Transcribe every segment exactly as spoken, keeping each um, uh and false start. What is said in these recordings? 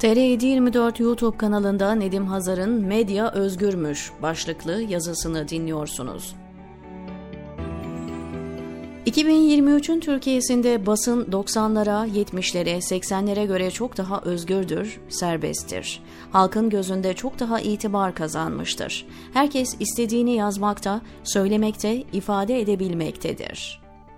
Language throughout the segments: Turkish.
T R yedi yirmi dört YouTube kanalında Nedim Hazar'ın "Medya özgürmüş" başlıklı yazısını dinliyorsunuz. iki bin yirmi üçün Türkiye'sinde basın doksanlara, yetmişlere, seksenlere göre çok daha özgürdür, serbesttir. Halkın gözünde çok daha itibar kazanmıştır. Herkes istediğini yazmakta, söylemekte, ifade edebilmektedir.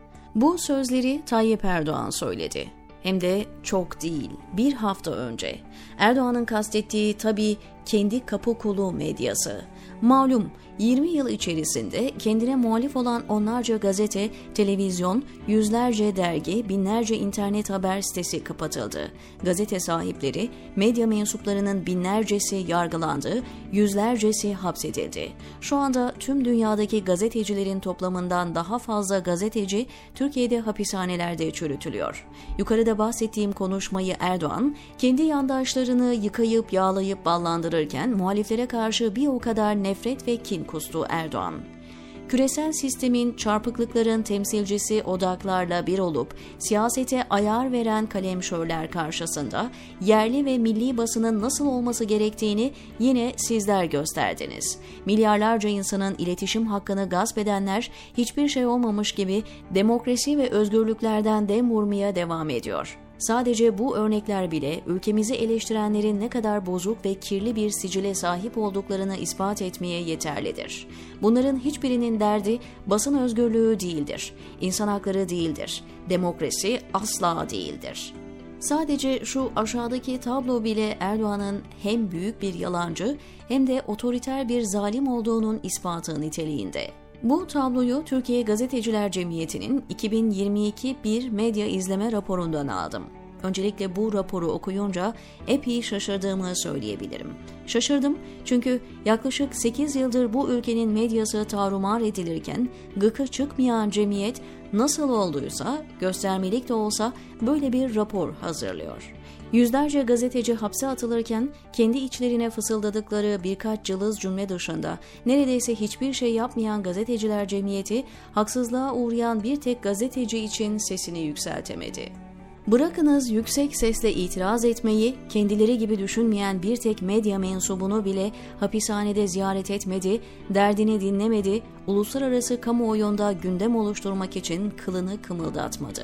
Bu sözleri Tayyip Erdoğan söyledi. Hem de çok değil, bir hafta önce. Erdoğan'ın kastettiği tabii kendi kapı kulu medyası. Malum yirmi yıl içerisinde kendine muhalif olan onlarca gazete, televizyon, yüzlerce dergi, binlerce internet haber sitesi kapatıldı. Gazete sahipleri, medya mensuplarının binlercesi yargılandı, yüzlercesi hapsedildi. Şu anda tüm dünyadaki gazetecilerin toplamından daha fazla gazeteci Türkiye'de hapishanelerde çürütülüyor. Yukarıda bahsettiğim konuşmayı Erdoğan, kendi yandaşlarını yıkayıp yağlayıp ballandırırken muhaliflere karşı bir o kadar nefret ve kin kustu Erdoğan. Küresel sistemin, çarpıklıkların temsilcisi odaklarla bir olup siyasete ayar veren kalemşörler karşısında yerli ve milli basının nasıl olması gerektiğini yine sizler gösterdiniz. Milyarlarca insanın iletişim hakkını gasp edenler hiçbir şey olmamış gibi demokrasi ve özgürlüklerden dem vurmaya devam ediyor. Sadece bu örnekler bile ülkemizi eleştirenlerin ne kadar bozuk ve kirli bir sicile sahip olduklarını ispat etmeye yeterlidir. Bunların hiçbirinin derdi basın özgürlüğü değildir, insan hakları değildir, demokrasi asla değildir. Sadece şu aşağıdaki tablo bile Erdoğan'ın hem büyük bir yalancı hem de otoriter bir zalim olduğunun ispatı niteliğinde. Bu tabloyu Türkiye Gazeteciler Cemiyeti'nin iki bin yirmi iki bir medya izleme raporundan aldım. Öncelikle bu raporu okuyunca epey şaşırdığımı söyleyebilirim. Şaşırdım çünkü yaklaşık sekiz yıldır bu ülkenin medyası tarumar edilirken gıkı çıkmayan cemiyet nasıl olduysa göstermelik de olsa böyle bir rapor hazırlıyor. Yüzlerce gazeteci hapse atılırken kendi içlerine fısıldadıkları birkaç cılız cümle dışında neredeyse hiçbir şey yapmayan Gazeteciler Cemiyeti haksızlığa uğrayan bir tek gazeteci için sesini yükseltemedi. Bırakınız yüksek sesle itiraz etmeyi, kendileri gibi düşünmeyen bir tek medya mensubunu bile hapishanede ziyaret etmedi, derdini dinlemedi, uluslararası kamuoyunda gündem oluşturmak için kılını kımıldatmadı.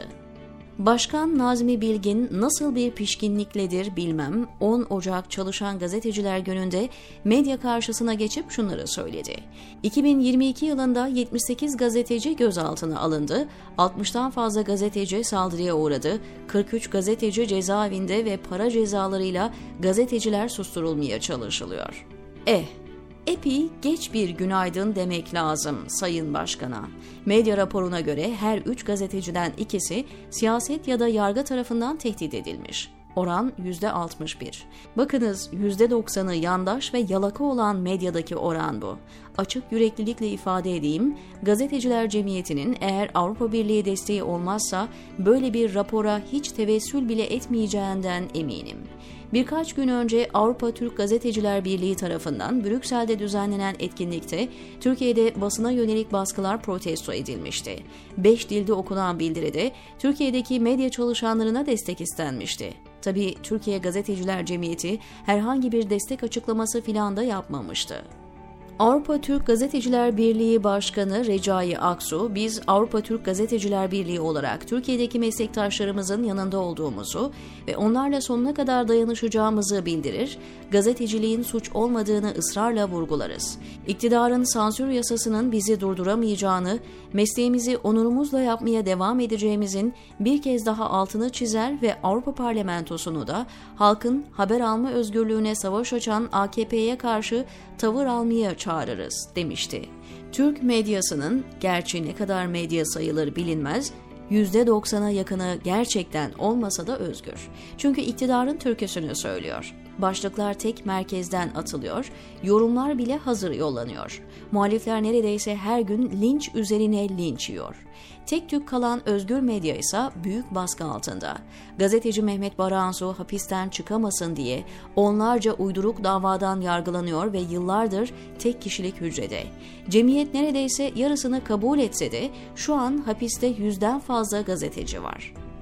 Başkan Nazmi Bilgin nasıl bir pişkinlikledir bilmem on Ocak Çalışan Gazeteciler Günü'nde medya karşısına geçip şunları söyledi. iki bin yirmi iki yılında yetmiş sekiz gazeteci gözaltına alındı, altmıştan fazla gazeteci saldırıya uğradı, kırk üç gazeteci cezaevinde ve para cezalarıyla gazeteciler susturulmaya çalışılıyor. Eh! Epey geç bir günaydın demek lazım Sayın Başkan'a. Medya raporuna göre her üç gazeteciden ikisi siyaset ya da yargı tarafından tehdit edilmiş. Oran yüzde altmış bir. Bakınız yüzde doksanı yandaş ve yalaka olan medyadaki oran bu. Açık yüreklilikle ifade edeyim, Gazeteciler Cemiyeti'nin eğer Avrupa Birliği desteği olmazsa böyle bir rapora hiç tevessül bile etmeyeceğinden eminim. Birkaç gün önce Avrupa Türk Gazeteciler Birliği tarafından Brüksel'de düzenlenen etkinlikte Türkiye'de basına yönelik baskılar protesto edilmişti. Beş dilde okunan bildiride Türkiye'deki medya çalışanlarına destek istenmişti. Tabii Türkiye Gazeteciler Cemiyeti herhangi bir destek açıklaması filan da yapmamıştı. Avrupa Türk Gazeteciler Birliği Başkanı Recai Aksu, biz Avrupa Türk Gazeteciler Birliği olarak Türkiye'deki meslektaşlarımızın yanında olduğumuzu ve onlarla sonuna kadar dayanışacağımızı bildirir, gazeteciliğin suç olmadığını ısrarla vurgularız. İktidarın sansür yasasının bizi durduramayacağını, mesleğimizi onurumuzla yapmaya devam edeceğimizin bir kez daha altını çizer ve Avrupa Parlamentosu'nu da halkın haber alma özgürlüğüne savaş açan A K P'ye karşı tavır almaya çağırırız demişti. Türk medyasının, gerçi ne kadar medya sayılır bilinmez, yüzde doksana yakını gerçekten olmasa da özgür. Çünkü iktidarın türküsünü söylüyor. Başlıklar tek merkezden atılıyor, yorumlar bile hazır yollanıyor. Muhalifler neredeyse her gün linç üzerine linç yiyor. Tek tük kalan özgür medya ise büyük baskı altında. Gazeteci Mehmet Baransu hapisten çıkamasın diye onlarca uyduruk davadan yargılanıyor ve yıllardır tek kişilik hücrede. Cemiyet neredeyse yarısını kabul etse de şu an hapiste yüzden fazla gazeteci var.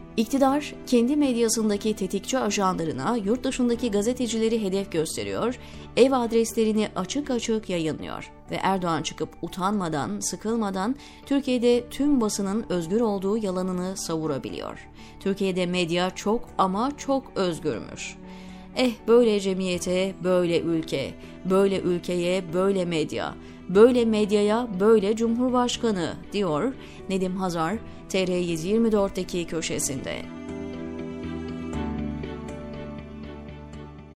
İktidar, kendi medyasındaki tetikçi ajanlarına yurt dışındaki gazetecileri hedef gösteriyor, ev adreslerini açık açık yayınlıyor ve Erdoğan çıkıp utanmadan, sıkılmadan Türkiye'de tüm basının özgür olduğu yalanını savurabiliyor. Türkiye'de medya çok ama çok özgürmüş. Eh böyle cemiyete, böyle ülke, böyle ülkeye, böyle medya, böyle medyaya, böyle cumhurbaşkanı diyor Nedim Hazar T R yüz yirmi dörtteki köşesinde.